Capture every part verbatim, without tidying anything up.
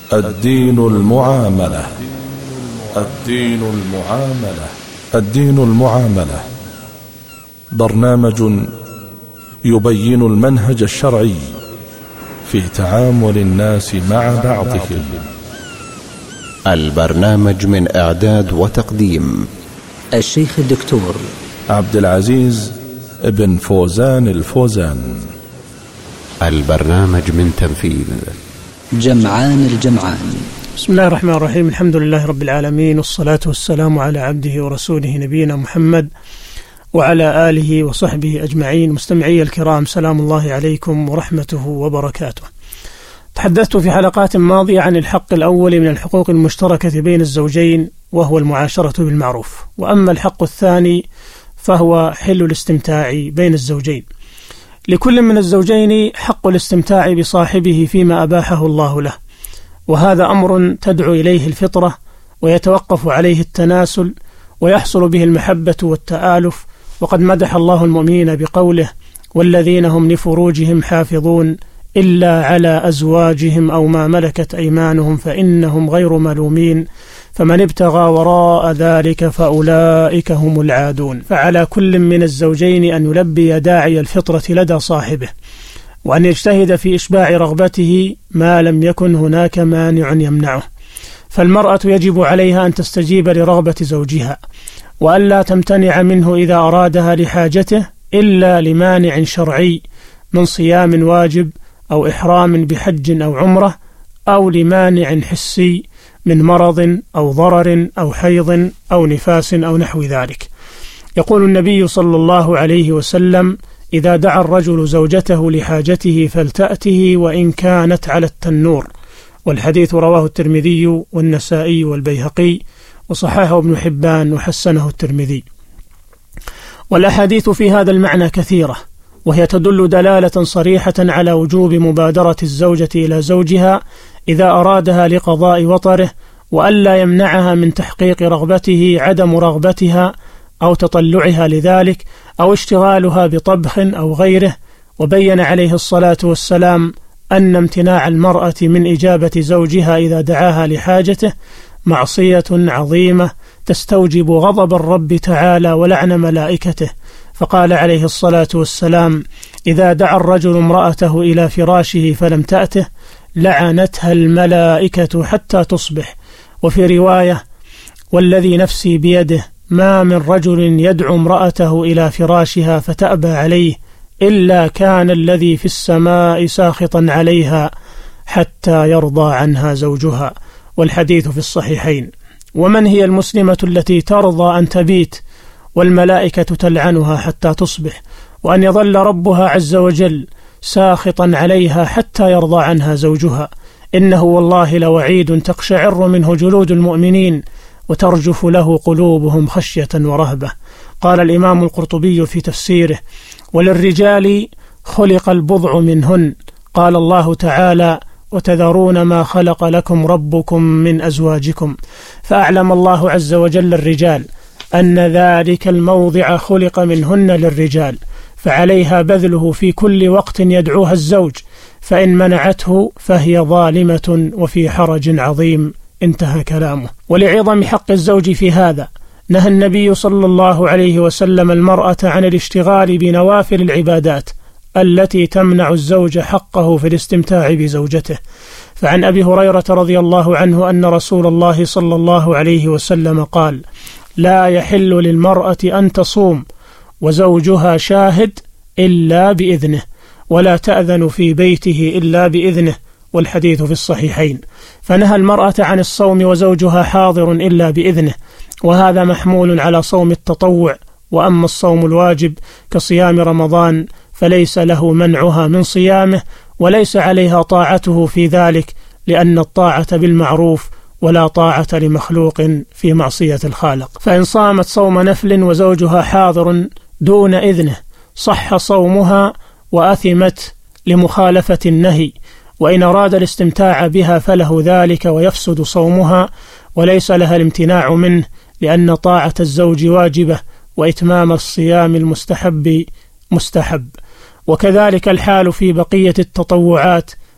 الدين المعاملة. الدين المعاملة. الدين المعاملة برنامج يبين المنهج الشرعي في تعامل الناس مع بعضهم. البرنامج من إعداد وتقديم الشيخ الدكتور عبد العزيز ابن فوزان الفوزان. البرنامج من تنفيذ جمعان الجمعان. بسم الله الرحمن الرحيم. الحمد لله رب العالمين، والصلاة والسلام على عبده ورسوله نبينا محمد وعلى آله وصحبه أجمعين. مستمعي الكرام، سلام الله عليكم ورحمته وبركاته. تحدثت في حلقات ماضية عن الحق الأول من الحقوق المشتركة بين الزوجين، وهو المعاشرة بالمعروف. وأما الحق الثاني فهو حل الاستمتاع بين الزوجين. لكل من الزوجين حق الاستمتاع بصاحبه فيما أباحه الله له، وهذا أمر تدعو إليه الفطرة، ويتوقف عليه التناسل، ويحصل به المحبة والتآلف. وقد مدح الله المؤمنين بقوله: والذين هم لفروجهم حافظون إلا على أزواجهم أو ما ملكت أيمانهم فإنهم غير ملومين فمن ابتغى وراء ذلك فأولئك هم العادون. فعلى كل من الزوجين أن يلبي داعي الفطرة لدى صاحبه، وأن يجتهد في إشباع رغبته ما لم يكن هناك مانع يمنعه. فالمرأة يجب عليها أن تستجيب لرغبة زوجها، وألا تمتنع منه إذا أرادها لحاجته إلا لمانع شرعي من صيام واجب أو إحرام بحج أو عمرة، أو لمانع حسي من مرض أو ضرر أو حيض أو نفاس أو نحو ذلك. يقول النبي صلى الله عليه وسلم: إذا دعا الرجل زوجته لحاجته فلتأته وإن كانت على التنور. والحديث رواه الترمذي والنسائي والبيهقي، وصححه ابن حبان وحسنه الترمذي. والأحاديث في هذا المعنى كثيرة، وهي تدل دلالة صريحة على وجوب مبادرة الزوجة إلى زوجها إذا أرادها لقضاء وطره، وألا يمنعها من تحقيق رغبته عدم رغبتها أو تطلعها لذلك أو اشتغالها بطبخ أو غيره. وبين عليه الصلاة والسلام أن امتناع المرأة من إجابة زوجها إذا دعاها لحاجته معصية عظيمة تستوجب غضب الرب تعالى ولعن ملائكته. فقال عليه الصلاة والسلام: إذا دعا الرجل امرأته إلى فراشه فلم تأته لعنتها الملائكة حتى تصبح. وفي رواية: والذي نفسي بيده ما من رجل يدعو امرأته إلى فراشها فتأبى عليه إلا كان الذي في السماء ساخطا عليها حتى يرضى عنها زوجها. والحديث في الصحيحين. ومن هي المسلمة التي ترضى أن تبيت والملائكة تلعنها حتى تصبح، وأن يظل ربها عز وجل ساخطا عليها حتى يرضى عنها زوجها؟ إنه والله لوعيد تقشعر منه جلود المؤمنين وترجف له قلوبهم خشية ورهبة. قال الإمام القرطبي في تفسيره: وللرجال خلق البضع منهن. قال الله تعالى: وتذرون ما خلق لكم ربكم من أزواجكم. فأعلم الله عز وجل الرجال أن ذلك الموضع خلق منهن للرجال، فعليها بذله في كل وقت يدعوها الزوج، فإن منعته فهي ظالمة وفي حرج عظيم. انتهى كلامه. ولعظم حق الزوج في هذا نهى النبي صلى الله عليه وسلم المرأة عن الاشتغال بنوافل العبادات التي تمنع الزوج حقه في الاستمتاع بزوجته. فعن أبي هريرة رضي الله عنه أن رسول الله صلى الله عليه وسلم قال: لا يحل للمرأة أن تصوم وزوجها شاهد إلا بإذنه، ولا تأذن في بيته إلا بإذنه. والحديث في الصحيحين. فنهى المرأة عن الصوم وزوجها حاضر إلا بإذنه، وهذا محمول على صوم التطوع. وأما الصوم الواجب كصيام رمضان فليس له منعها من صيامه، وليس عليها طاعته في ذلك، لأن الطاعة بالمعروف ولا طاعة لمخلوق في معصية الخالق. فإن صامت صوم نفل وزوجها حاضر دون إذنه صح صومها وأثمت لمخالفة النهي، وإن أراد الاستمتاع بها فله ذلك ويفسد صومها، وليس لها الامتناع منه، لأن طاعة الزوج واجبة وإتمام الصيام المستحب مستحب. وكذلك الحال في بقية التطوعات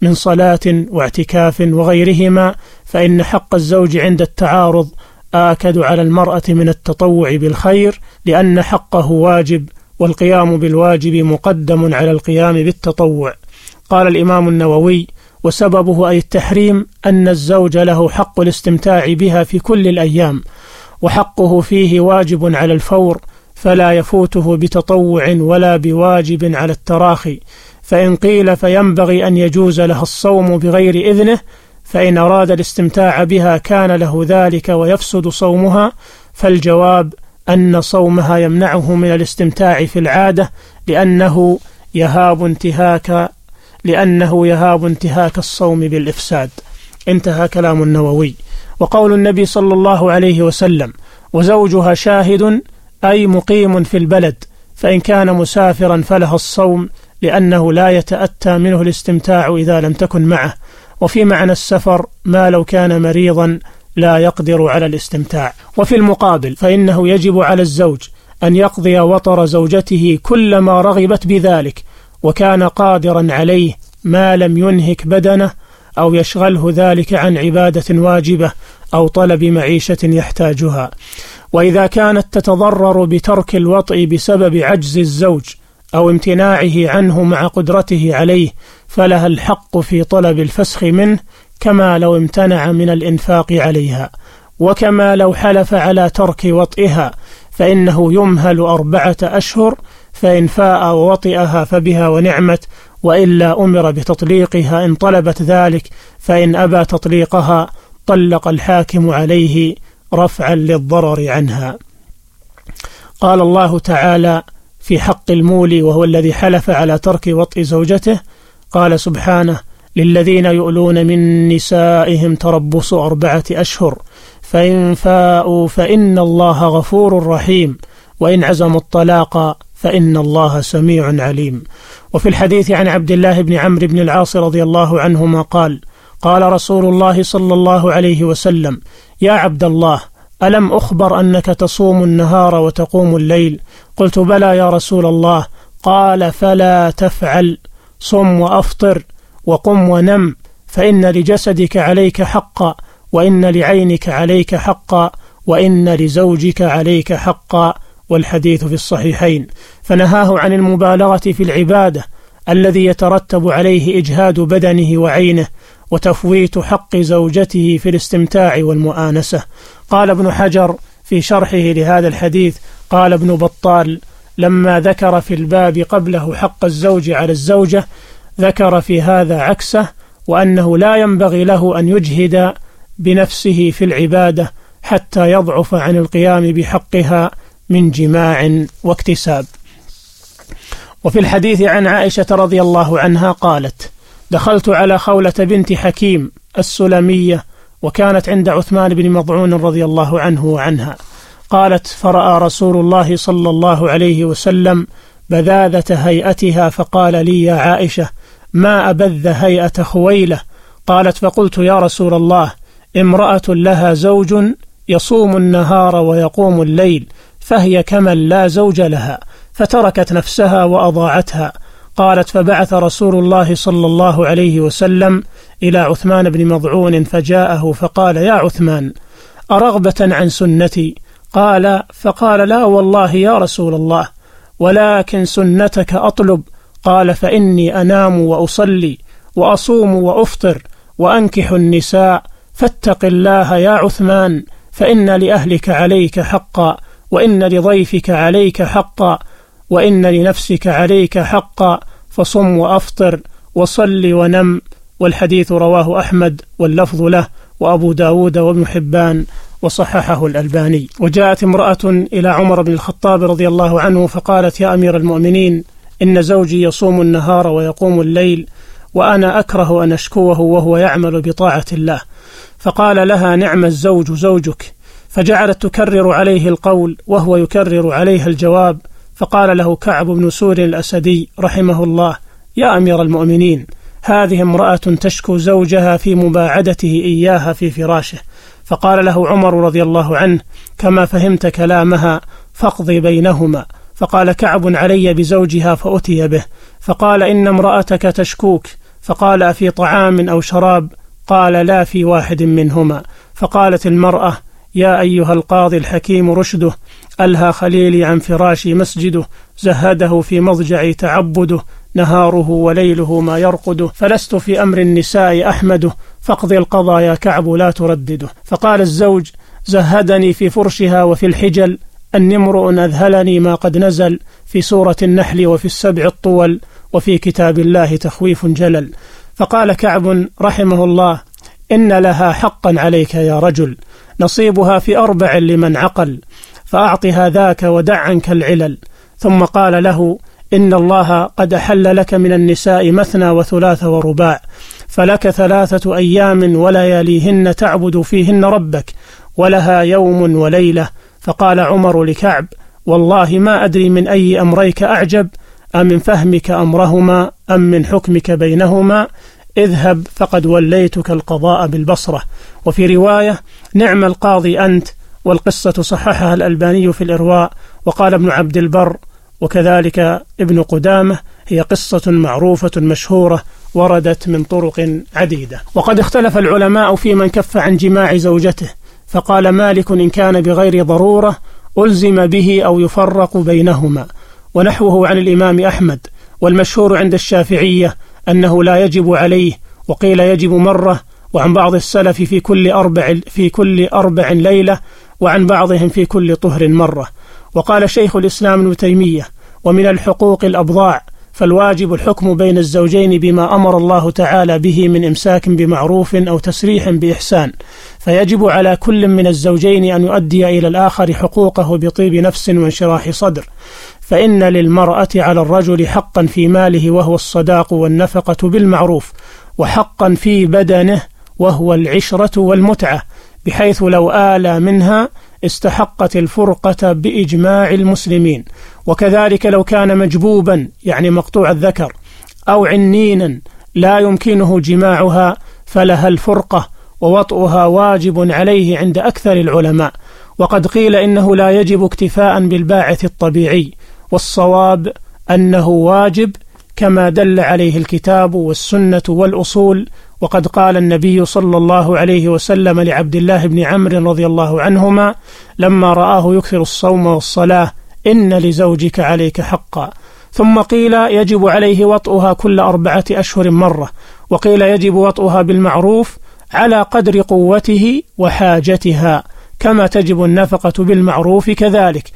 من صلاة واعتكاف وغيرهما، فإن حق الزوج عند التعارض آكد على المرأة من التطوع بالخير، لأن حقه واجب، والقيام بالواجب مقدم على القيام بالتطوع. قال الإمام النووي: وسببه أي التحريم أن الزوج له حق الاستمتاع بها في كل الأيام، وحقه فيه واجب على الفور، فلا يفوته بتطوع ولا بواجب على التراخي. فإن قيل فينبغي أن يجوز لها الصوم بغير إذنه، فإن أراد الاستمتاع بها كان له ذلك ويفسد صومها، فالجواب أن صومها يمنعه من الاستمتاع في العادة، لأنه يهاب انتهاك لأنه يهاب انتهاك الصوم بالإفساد. انتهى كلام النووي. وقول النبي صلى الله عليه وسلم: وزوجها شاهد، أي مقيم في البلد، فإن كان مسافرا فلها الصوم، لأنه لا يتأتى منه الاستمتاع إذا لم تكن معه. وفي معنى السفر ما لو كان مريضا لا يقدر على الاستمتاع. وفي المقابل فإنه يجب على الزوج أن يقضي وطر زوجته كلما رغبت بذلك وكان قادرا عليه، ما لم ينهك بدنه أو يشغله ذلك عن عبادة واجبة أو طلب معيشة يحتاجها. وإذا كانت تتضرر بترك الوطء بسبب عجز الزوج أو امتناعه عنه مع قدرته عليه، فلها الحق في طلب الفسخ منه، كما لو امتنع من الإنفاق عليها. وكما لو حلف على ترك وطئها، فإنه يمهل أربعة أشهر، فإن فاء ووطئها فبها ونعمت، وإلا أمر بتطليقها إن طلبت ذلك، فإن أبى تطليقها طلق الحاكم عليه رفعا للضرر عنها. قال الله تعالى في حق المولي وهو الذي حلف على ترك وطئ زوجته، قال سبحانه: للذين يؤلون من نسائهم تربص أربعة أشهر، فإن فاءوا فإن الله غفور رحيم، وإن عزموا الطلاق فإن الله سميع عليم. وفي الحديث عن عبد الله بن عمرو بن العاص رضي الله عنهما قال: قال رسول الله صلى الله عليه وسلم: يا عبد الله، ألم أخبر أنك تصوم النهار وتقوم الليل؟ قلت: بلى يا رسول الله. قال: فلا تفعل، صم وأفطر وقم ونم، فإن لجسدك عليك حقا، وإن لعينك عليك حقا، وإن لزوجك عليك حقا. والحديث في الصحيحين. فنهاه عن المبالغة في العبادة الذي يترتب عليه إجهاد بدنه وعينه وتفويت حق زوجته في الاستمتاع والمؤانسة. قال ابن حجر في شرحه لهذا الحديث: قال ابن بطال: لما ذكر في الباب قبله حق الزوج على الزوجة، ذكر في هذا عكسه، وأنه لا ينبغي له أن يجهد بنفسه في العبادة حتى يضعف عن القيام بحقها من جماع واكتساب. وفي الحديث عن عائشة رضي الله عنها قالت: دخلت على خولة بنت حكيم السلمية، وكانت عند عثمان بن مضعون رضي الله عنه وعنها. قالت: فرأى رسول الله صلى الله عليه وسلم بذاذة هيئتها، فقال لي: يا عائشة، ما أبذ هيئة خويلة؟ قالت: فقلت: يا رسول الله، امرأة لها زوج يصوم النهار ويقوم الليل، فهي كمن لا زوج لها، فتركت نفسها وأضاعتها. قالت: فبعث رسول الله صلى الله عليه وسلم إلى عثمان بن مضعون فجاءه فقال: يا عثمان، أرغبة عن سنتي؟ قال: فقال: لا والله يا رسول الله، ولكن سنتك أطلب. قال: فإني أنام وأصلي وأصوم وأفطر وأنكح النساء، فاتق الله يا عثمان، فإن لأهلك عليك حقا، وإن لضيفك عليك حقا، وإن لنفسك عليك حقا، فصم وأفطر وصل ونم. والحديث رواه أحمد واللفظ له، وأبو داود وابن حبان، وصححه الألباني. وجاءت امرأة إلى عمر بن الخطاب رضي الله عنه فقالت: يا أمير المؤمنين، إن زوجي يصوم النهار ويقوم الليل، وأنا أكره أن أشكوه وهو يعمل بطاعة الله. فقال لها: نعم الزوج زوجك. فجعلت تكرر عليه القول وهو يكرر عليها الجواب. فقال له كعب بن سور الأسدي رحمه الله: يا أمير المؤمنين، هذه امرأة تشكو زوجها في مباعدته إياها في فراشه. فقال له عمر رضي الله عنه: كما فهمت كلامها فاقضي بينهما. فقال كعب: علي بزوجها، فأتي به. فقال: إن امرأتك تشكوك، فقال: أفي طعام أو شراب؟ قال: لا في واحد منهما. فقالت المرأة: يا أيها القاضي الحكيم رشده، ألهى خليلي عن فراشي مسجده، زهده في مضجعي تعبده، نهاره وليله ما يرقده، فلست في أمر النساء أحمده، فاقضي القضاء يا كعب لا تردده. فقال الزوج: زهدني في فرشها وفي الحجل، أني امرؤ أذهلني ما قد نزل في سورة النحل وفي السبع الطول، وفي كتاب الله تخويف جلل. فقال كعب رحمه الله: إن لها حقا عليك يا رجل، نصيبها في أربع لمن عقل، فأعطها ذاك ودع عنك العلل. ثم قال له: إن الله قد أحل لك من النساء مثنى وثلاث ورباع، فلك ثلاثة أيام ولياليهن تعبد فيهن ربك، ولها يوم وليلة. فقال عمر لكعب: والله ما أدري من أي أمريك أعجب، أم من فهمك أمرهما أم من حكمك بينهما، اذهب فقد وليتك القضاء بالبصرة. وفي رواية: نعم القاضي أنت. والقصة صححها الألباني في الإرواء، وقال ابن عبد البر وكذلك ابن قدامة: هي قصة معروفة مشهورة وردت من طرق عديدة. وقد اختلف العلماء في من كف عن جماع زوجته، فقال مالك: إن كان بغير ضرورة ألزم به أو يفرق بينهما، ونحوه عن الإمام أحمد. والمشهور عند الشافعية أنه لا يجب عليه، وقيل يجب مرة، وعن بعض السلف في كل أربع, في كل أربع ليلة، وعن بعضهم في كل طهر مرة. وقال شيخ الإسلام ابن تيمية: ومن الحقوق الأبضاع، فالواجب الحكم بين الزوجين بما أمر الله تعالى به من إمساك بمعروف أو تسريح بإحسان، فيجب على كل من الزوجين أن يؤدي إلى الآخر حقوقه بطيب نفس وانشراح صدر. فإن للمرأة على الرجل حقا في ماله وهو الصداق والنفقة بالمعروف، وحقا في بدنه وهو العشرة والمتعة، بحيث لو آلى منها استحقت الفرقة بإجماع المسلمين. وكذلك لو كان مجبوبا يعني مقطوع الذكر أو عنينا لا يمكنه جماعها فلها الفرقة، ووطئها واجب عليه عند أكثر العلماء. وقد قيل إنه لا يجب اكتفاء بالباعث الطبيعي، والصواب أنه واجب كما دل عليه الكتاب والسنة والأصول. وقد قال النبي صلى الله عليه وسلم لعبد الله بن عمرو رضي الله عنهما لما رآه يكثر الصوم والصلاة: إن لزوجك عليك حقا. ثم قيل يجب عليه وطئها كل أربعة أشهر مرة، وقيل يجب وطئها بالمعروف على قدر قوته وحاجتها، كما تجب النفقة بالمعروف كذلك،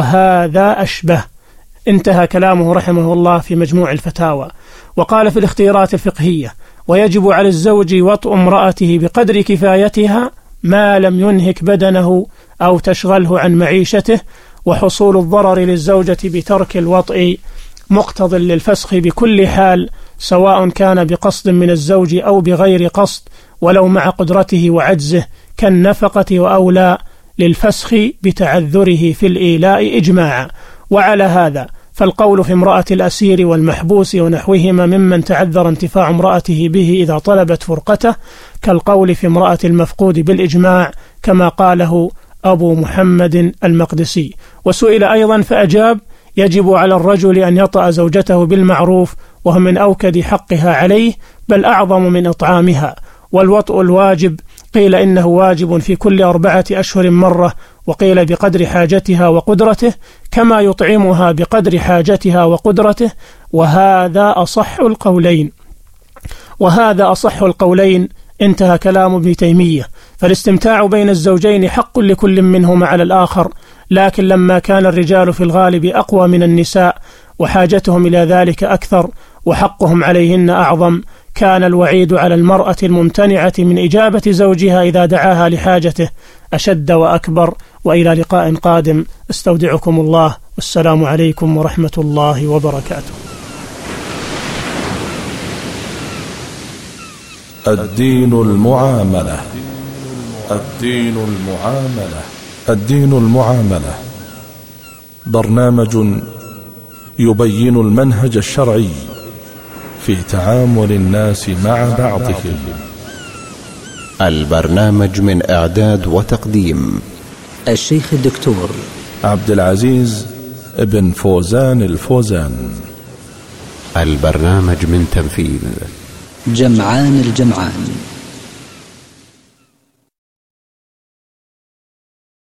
وهذا أشبه. انتهى كلامه رحمه الله في مجموع الفتاوى. وقال في الاختيارات الفقهية: ويجب على الزوج وطء امرأته بقدر كفايتها ما لم ينهك بدنه أو تشغله عن معيشته، وحصول الضرر للزوجة بترك الوطء مقتض للفسخ بكل حال، سواء كان بقصد من الزوج أو بغير قصد، ولو مع قدرته وعجزه، كالنفقة، وأولى للفسخ بتعذره في الإيلاء إجماعا. وعلى هذا فالقول في امرأة الأسير والمحبوس ونحوهما ممن تعذر انتفاع امرأته به إذا طلبت فرقته، كالقول في امرأة المفقود بالإجماع، كما قاله أبو محمد المقدسي. وسئل أيضا فأجاب: يجب على الرجل أن يطأ زوجته بالمعروف، وهو من أوكد حقها عليه، بل أعظم من إطعامها. والوطء الواجب قيل إنه واجب في كل أربعة أشهر مرة، وقيل بقدر حاجتها وقدرته، كما يطعمها بقدر حاجتها وقدرته، وهذا أصح القولين وهذا أصح القولين انتهى كلام ابن تيمية. فالاستمتاع بين الزوجين حق لكل منهما على الآخر، لكن لما كان الرجال في الغالب أقوى من النساء وحاجتهم إلى ذلك أكثر وحقهم عليهن أعظم، كان الوعيد على المرأة الممتنعة من إجابة زوجها إذا دعاها لحاجته أشد وأكبر. وإلى لقاء قادم، استودعكم الله، والسلام عليكم ورحمة الله وبركاته. الدين المعاملة الدين المعاملة الدين المعاملة برنامج يبين المنهج الشرعي في تعامل الناس مع بعضهم. البرنامج من إعداد وتقديم الشيخ الدكتور عبد العزيز ابن فوزان الفوزان. البرنامج من تنفيذ جمعان الجمعان.